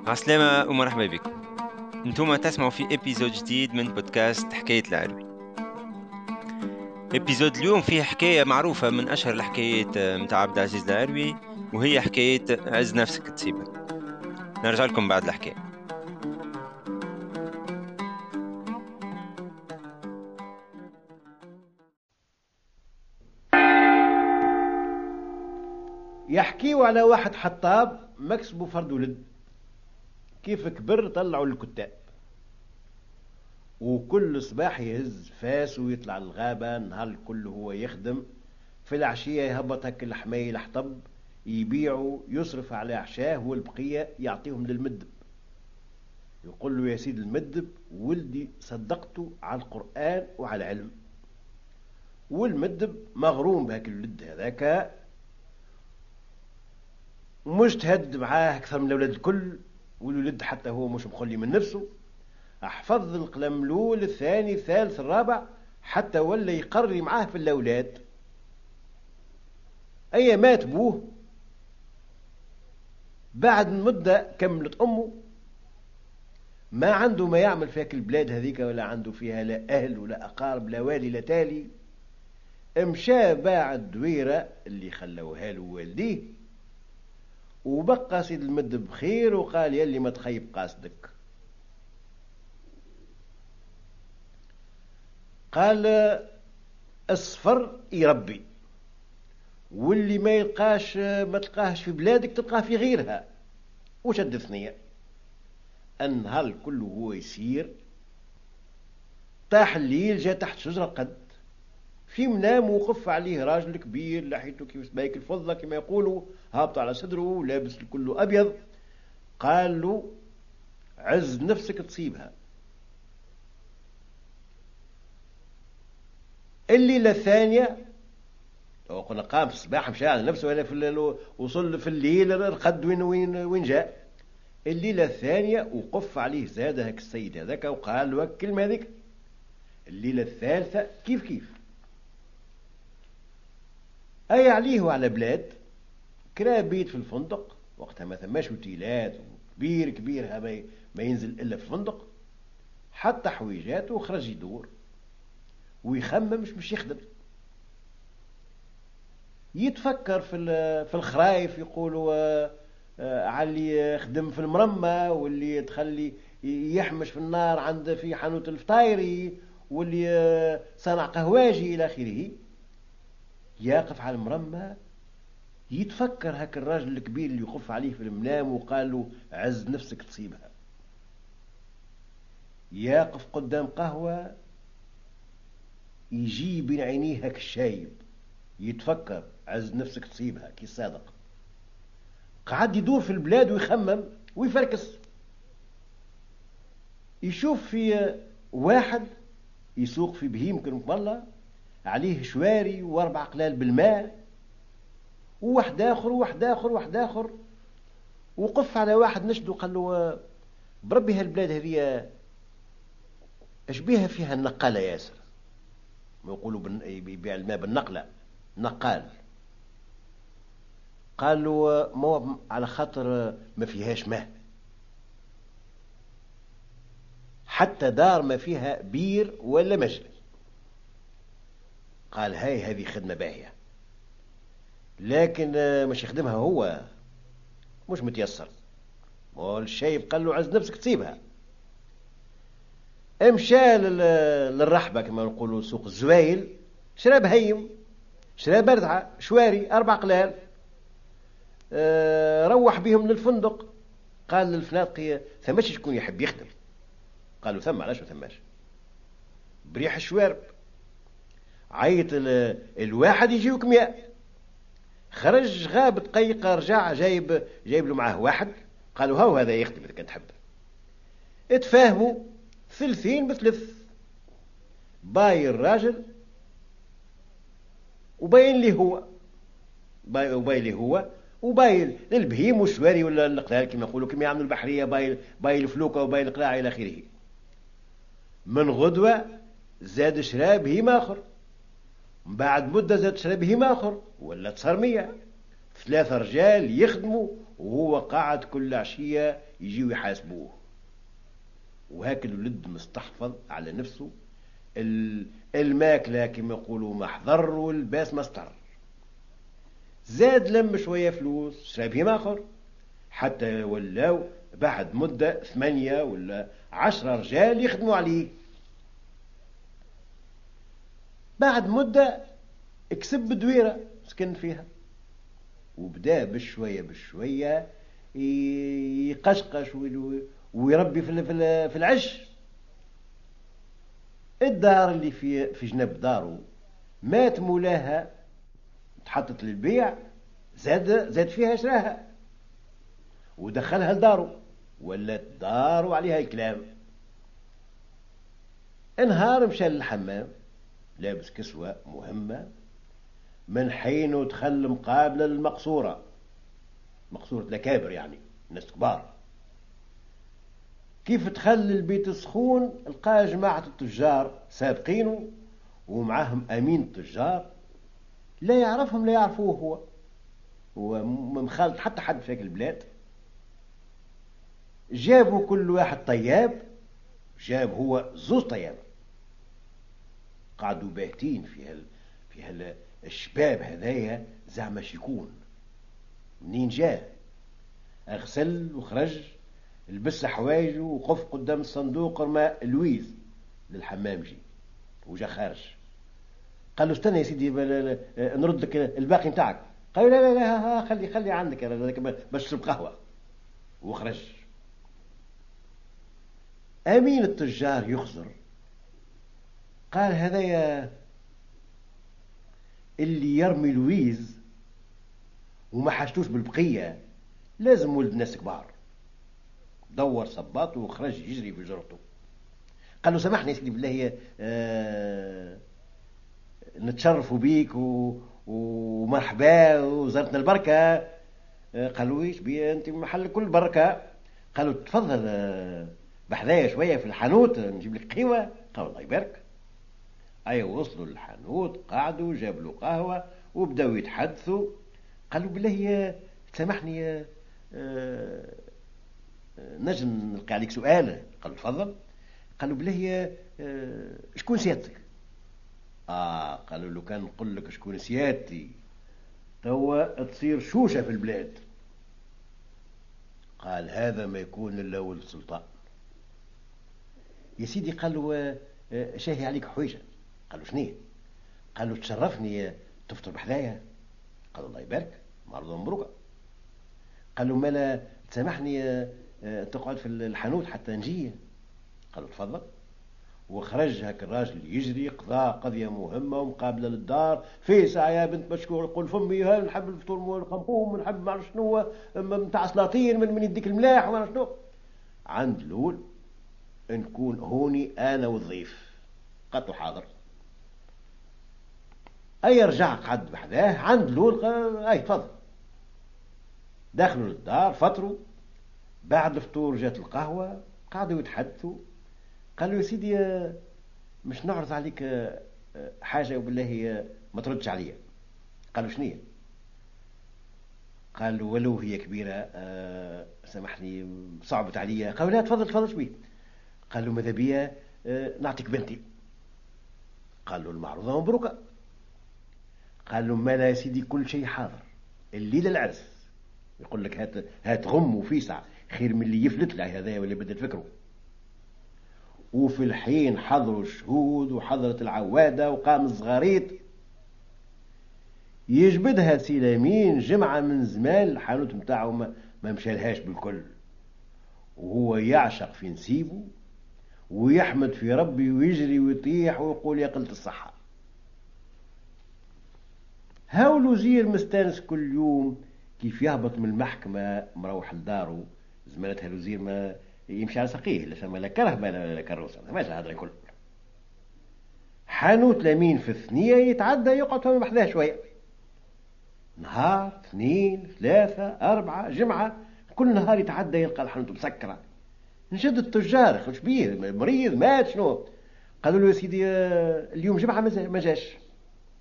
عسلامة ومرحبا بكم. انتم تسمعوا في ابيزود جديد من بودكاست حكاية العربي. ابيزود اليوم فيه حكاية معروفة من اشهر الحكايات متاع عبد العزيز العربي، وهي حكاية عز نفسك تصيبها. نرجع لكم بعد الحكاية. يحكيوا على واحد حطاب مكسبه فرد ولد. كيف كبر طلعوا للكتاب، وكل صباح يهز فاس ويطلع للغابة نهار الكل هو يخدم. في العشية يهبط هك الحمايل حطب يبيعوا، يصرف على عشاه، والبقية يعطيهم للمدب. يقول له: يا سيد المدب، ولدي صدقته على القرآن وعلى العلم. والمدب مغروم بهاك الولد هذاك، ومش تهد معاه أكثر من الأولاد الكل. والولد حتى هو مش مخلي من نفسه، حفظ القلم الأول الثاني الثالث الرابع، حتى ولا يقري معاه في الأولاد. أي مات بوه بعد مدة كملت أمه، ما عنده ما يعمل فيها البلاد هذيك، ولا عنده فيها لا أهل ولا أقارب لا والي لا تالي. امشى باع الدويرة اللي خلوها له والديه، وبقى سيد المد بخير، وقال: يلي ما تخيب قاصدك. قال: الصفر يربي، واللي ما يلقاش ما تلقاهش في بلادك تلقاه في غيرها. وشد الثنية. النهار الكل هو يسير، طاح الليل، جاء تحت شجرة قد في منام، وقف عليه راجل كبير لحيته كيف سبايك الفضة كما يقولوا، هابط على صدره، لابس الكل أبيض. قال له: عز نفسك تصيبها. الليلة الثانية قلنا قام في الصباح مشى على نفسه، ولا في وصل في الليل رقد وين جاء. الليلة الثانية وقف عليه زاد هاك السيد هذاك، وقال له الكلمة هذيك. الليلة الثالثة كيف أي عليه وعلى بلاد. كرا بيت في الفندق، وقتها ما ثماش اوتيلات كبير كبير، ما ينزل إلا في الفندق. حتى حويجاته وخرج يدور ويخمم مش يخدم. يتفكر في الخرايف، يقولوا علي يخدم في المرمى، واللي تخلي يحمش في النار عند في حانوت الفطايري، واللي صنع قهواجي إلى آخره. يقف على المرمى يتفكر هاك الراجل الكبير اللي يقف عليه في المنام، وقال له: عز نفسك تصيبها. يقف قدام قهوة، يجي بين عينيه هاك الشايب، يتفكر: عز نفسك تصيبها كي صادق. قعد يدور في البلاد ويخمم ويفركس. يشوف في واحد يسوق في بهيم كرمك الله، عليه شواري واربع قلال بالماء، وواحد اخر وواحد اخر وواحد اخر. وقف على واحد نشده، قال له: بربي هالبلاد هذه اش بيها فيها النقالة ياسر؟ ما يقولوا يبيع الماء بالنقلة، نقال. قال له: ما على خاطر ما فيهاش ماء، حتى دار ما فيها بير ولا مجري. قال: هذه خدمة باهية، لكن مش يخدمها هو، مش متيسر. والشايب قال له: عز نفسك تصيبها. امشى للرحبة كما نقولوا سوق الزوايل، شرا بهيم، شرا بردعة شواري أربع قلال، روح بهم للفندق. قال للفنادقية: ثماش شكون يحب يخدم؟ قالوا: ثم، علاش ما ثماش؟ بريح الشوارب. عيط الواحد يجيوك 100. خرج غاب دقيقة، رجع جايب له معاه واحد. قالوا: هاو هذا يخدم إذا كان تحب. اتفاهموا ثلثين بثلث. باي الراجل وباين لي هو، وباين لي هو، وباين للبهيم والشواري ولا القلال كما يقولوا، كما يعملوا البحرية، باين الفلوكة وباين القلاع إلى آخره. من غدوة زاد شرا بهيم آخر، من بعد مدة زاد شرا بهيم آخر، ولا 900. 3 رجال يخدموا، وهو قاعد كل عشية يجيو يحاسبوه. وهكذا الولد مستحفظ على نفسه، الماكلة كما يقولوا محضر واللباس مستر. زاد لم شوية فلوس شرا بهم آخر، حتى ولاو بعد مدة 8 ولا 10 رجال يخدموا عليه. بعد مدة اكسب بدويرة سكن فيها، وبدا بشوية بشوية يقشقش ويربي في العش. الدار اللي في جنب داره مات مولاها، تحطت للبيع، زاد فيها شراها ودخلها لداره، ولات داره عليها الكلام. نهار مشى للحمام لابس كسوة مهمة، من حين دخل مقابلة للمقصورة، مقصورة الأكابر يعني الناس كبار. كيف دخل البيت السخون لقى جماعة التجار سابقينه ومعهم أمين التجار، لا يعرفهم لا يعرفوه، هو مخالط حتى حد في البلاد. جابوا كل واحد طياب، جاب هو 2 طياب، قعدوا باهتين في الشباب هذايا زعما شيكون منين جاء. اغسل وخرج، لبس حوايجه وقف قدام الصندوق، رمى لويز للحمام جي وجا خارج. قال له استنى يا سيدي نرد لك الباقي نتاعك. قال لا لا لا خلي عندك باش تشرب قهوه. وخرج. امين التجار يخزر، قال هذايا اللي يرمي لويز وما حاجتوش بالبقيه لازم ولد ناس كبار. دور صباطه وخرج يجري في جرته. قال له سامحني يا سيدي بالله، نتشرفوا بيك ومرحبا وزرتنا البركة. قال له ايش بي انت محل كل بركة. قال له تفضل بحذايا شوية في الحانوت نجيب لك قهوة. قال الله يبارك. وصلوا للحانوت، قعدوا جاب له قهوة وبداوا يتحدثوا. قالوا بالله سامحني نجم نلقي عليك سؤال. قال له تفضل. قالوا بالله شكون سيادتك؟ قالوا له كان نقول لك شكون سيادتي توا تصير شوشة في البلاد. قال هذا ما يكون إلا ولد السلطان. يا سيدي قال له شاهي عليك حويجة. قال له شنيه؟ قال له تشرفني تفطر بحذايا. قال الله يبارك، معروضة مبروكة. قال له مالا تسامحني تقعد في الحانوت حتى نجي. قال له تفضل. وخرج هاك الراجل يجري، قضاء قضية مهمة ومقابلة للدار. في ساعة يا بنت مشكور يقول فمي نحب الفطور والقمقوم، نحب ما نعرف شنو متاع سلاطين من يديك الملاح وما شنو. عند الأول نكون هوني أنا والضيف. قالت له حاضر. رجع قعد بحذاه عند الأول. تفضل. دخلوا للدار فطروا. بعد الفطور جات القهوة، قعدوا يتحدثوا. قال له يا سيدي مش نعرض عليك حاجة وبالله ما تردش عليا. قال له شنية؟ قال له ولو هي كبيرة سامحني صعبت عليا. قال له لا تفضل شبيه. قال له ماذا بيا نعطيك بنتي. قال له المعروضة مبروكة. قال له مالا يا سيدي كل شيء حاضر، الليلة العرس. يقول لك هات غم وفيسع خير من اللي يفلت له هذا واللي بدأت فكره. وفي الحين حضروا الشهود وحضرت العوادة وقام الصغاريط. يجبدها سلامين جمعة من زمان الحانوت متاعه ما مشالهاش بالكل، وهو يعشق في نسيبه ويحمد في ربي ويجري ويطيح ويقول يا قلت الصحة. هاو الوزير مستانس كل يوم كيف يهبط من المحكمة مروح لداره. زمانتها الوزير ما يمشي على ساقيه، لا كرهبة لا كروسة، ماشي هذا الكل. حانوت لمين في الثنية يتعدى يقعد فما بحذاه شوية. نهار 2 3 4 جمعة كل نهار يتعدى يلقى الحانوت مسكرة. نشد التجار خش بيه مريض مات شنو. قالوا له يا سيدي اليوم جمعة ما جاش.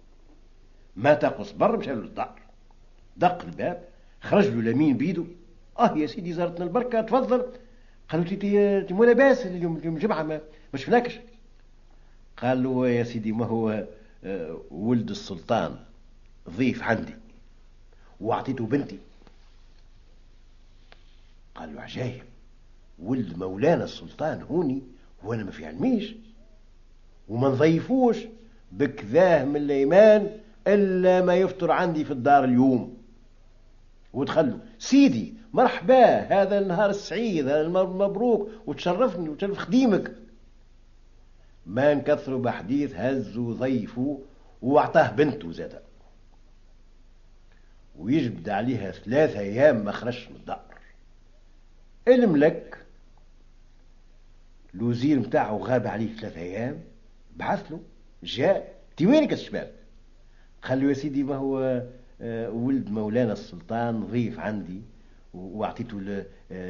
ما تقص بر مشى له للدار، دق الباب، خرج له لمين بيدو. يا سيدي زارتنا البركة تفضل. قالوا تي مو لاباس اليوم جمعة ما شفناكش. قال له يا سيدي ما هو ولد السلطان ضيف عندي وأعطيته بنتي. قال له عجايب، ولد مولانا السلطان هوني وأنا ما في علميش وما نضيفوش بكذاه من الإيمان إلا ما يفطر عندي في الدار اليوم. وتخلوا سيدي مرحبا، هذا النهار السعيد، هذا المبروك، وتشرفني وتشرف خديمك. ما نكثروا بحديث هزوا ضيفوا واعطاه بنته زاده، ويجبد عليها 3 أيام ما خرجش من الدار. الملك الوزير متاعه غاب عليه 3 أيام، بعث له جاء تي وينك الشباب؟ قال له يا سيدي ما هو ولد مولانا السلطان ضيف عندي واعطيته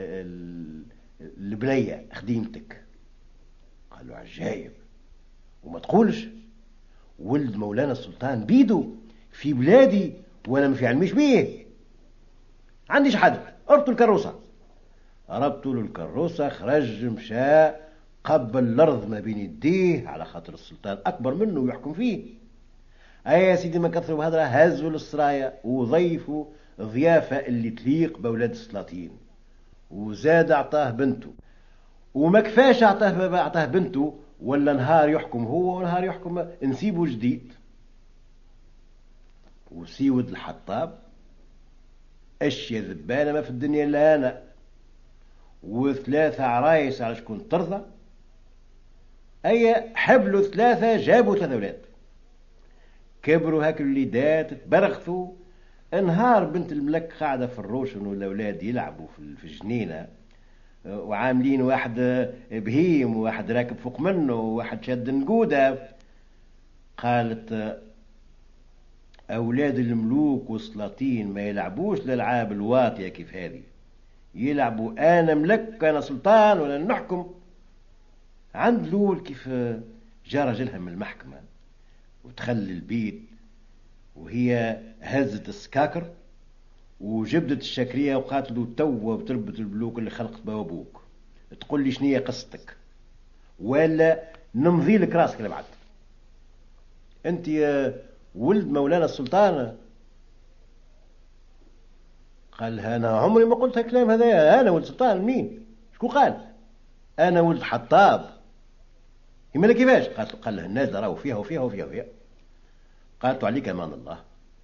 البنية خديمتك. قال له عجايب، وما تقولش ولد مولانا السلطان بيدو في بلادي وانا ما في علميش بيه. عنديش حد، اربطوا الكروسة. ربطوا له الكروسة، خرج مشى قبل الارض ما بين يديه على خاطر السلطان اكبر منه ويحكم فيه. يا سيدي ما كثروا بهذرة، هزوا للسرايا وضيفوا ضيافة اللي تليق بأولاد السلاطين، وزاد أعطاه بنته. وما كفاش أعطاه بنته، ولا نهار يحكم هو ونهار يحكم نسيبه جديد. وسيود الحطاب أشياء ذبانة ما في الدنيا إلا أنا، و3 عرايس على شكون ترضى. حبلوا 3 جابوا 3 أولاد، كبروا هاك الوليدات تبرغثوا. نهار بنت الملك قاعدة في الروشن والأولاد يلعبوا في الجنينة، وعاملين واحد بهيم وواحد راكب فوق منه وواحد شاد نقودة. قالت أولاد الملوك والسلاطين ما يلعبوش الألعاب الواطية كيف هذه، يلعبوا أنا ملك أنا سلطان ولا نحكم. عند لول كيف جا رجلها من المحكمة وتخلي البيت، وهي هزت السكاكر وجبدت الشكرية وقالت له توا بتربط البلوك اللي خلقت بها ابوك، تقول لي شنية قصتك ولا نمضي لك راسك لبعد. انت يا ولد مولانا السلطان. قال انا عمري ما قلت هالكلام هذا، انا ولد سلطان مين؟ شكون قال؟ انا ولد حطاب. يما كيفاش؟ قال له الناس راهو فيها وفيها وفيها وفيها. قالت عليك امان الله،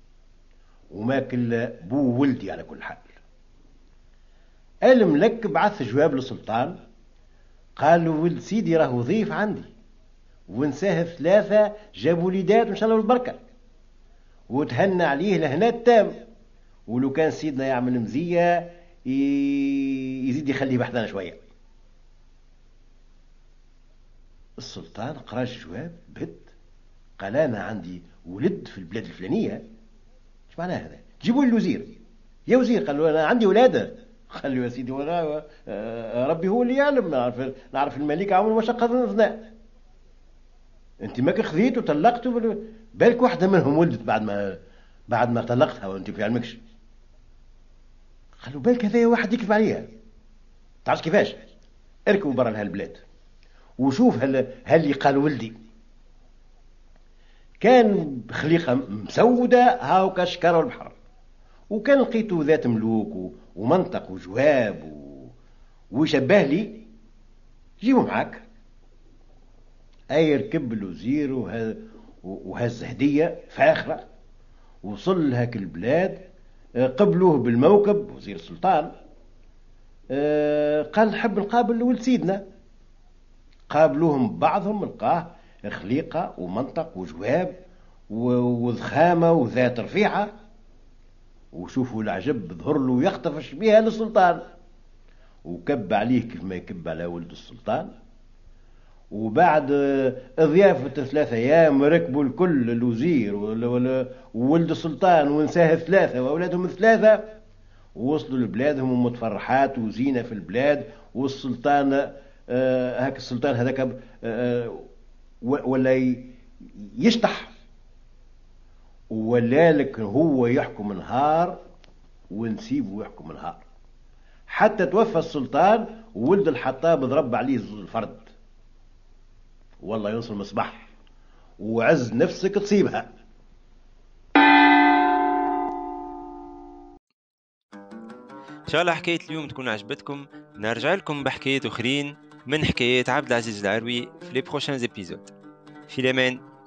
وماكل بو ولدي على كل حال. الملك بعث جواب للسلطان، قال له ولد سيدي راهو ضيف عندي ونساه 3 جابوا وليدات وان شاء الله بالبركه، وتهنى عليه لهنا التام. ولو كان سيدنا يعمل مزيه يزيد يخليه بحثنا شويه. السلطان قرا الجواب بهد، قال انا عندي ولد في البلاد الفلانيه. ايش معناه هذا؟ جيبوا لي الوزير. يا وزير، قال له انا عندي ولاده. قال له يا سيدي وانا ربي هو اللي يعلم، نعرف الملك عمره ما شق اثناء. انت ماك خذيت وطلقت، بالك واحده منهم ولدت بعد ما طلقتها وانت في علمكش. قال له بالك هذا واحد يكذب عليها. تعرف كيفاش؟ اركبوا برا لهالبلاد وشوف هل قال ولدي. كان خليقة مسودة هاو كشكر البحر، وكان لقيته ذات ملوك ومنطق وجواب وشبه لي. جيبه معاك. ركب الوزير وهز هدية فاخرة، وصل لهاك البلاد. قبلوه بالموكب وزير السلطان. قال نحب نقابل ولد سيدنا. قابلوهم بعضهم، لقاه خليقة ومنطق وجواب وضخامة وذات رفيعة. وشوفوا العجب ظهر له يخطفش بها للسلطان، وكب عليه كيف ما يكب على ولد السلطان. وبعد ضيافة 3 أيام ركبوا الكل، الوزير وولد السلطان ونساه 3 وأولادهم 3، ووصلوا لبلادهم ومتفرحات وزينة في البلاد. والسلطان هاك السلطان هذاك ولا يشطح، ولا لك هو يحكم نهار ونسيبه يحكم نهار. حتى توفى السلطان وولد الحطاب ضرب عليه الفرد. والله ينصر المصباح وعز نفسك تصيبها. ان شاء الله حكاية اليوم تكون عجبتكم. نرجع لكم بحكايات اخرين من حكايات عبد العزيز العروي في لي بروشان ابيزود. في الامان.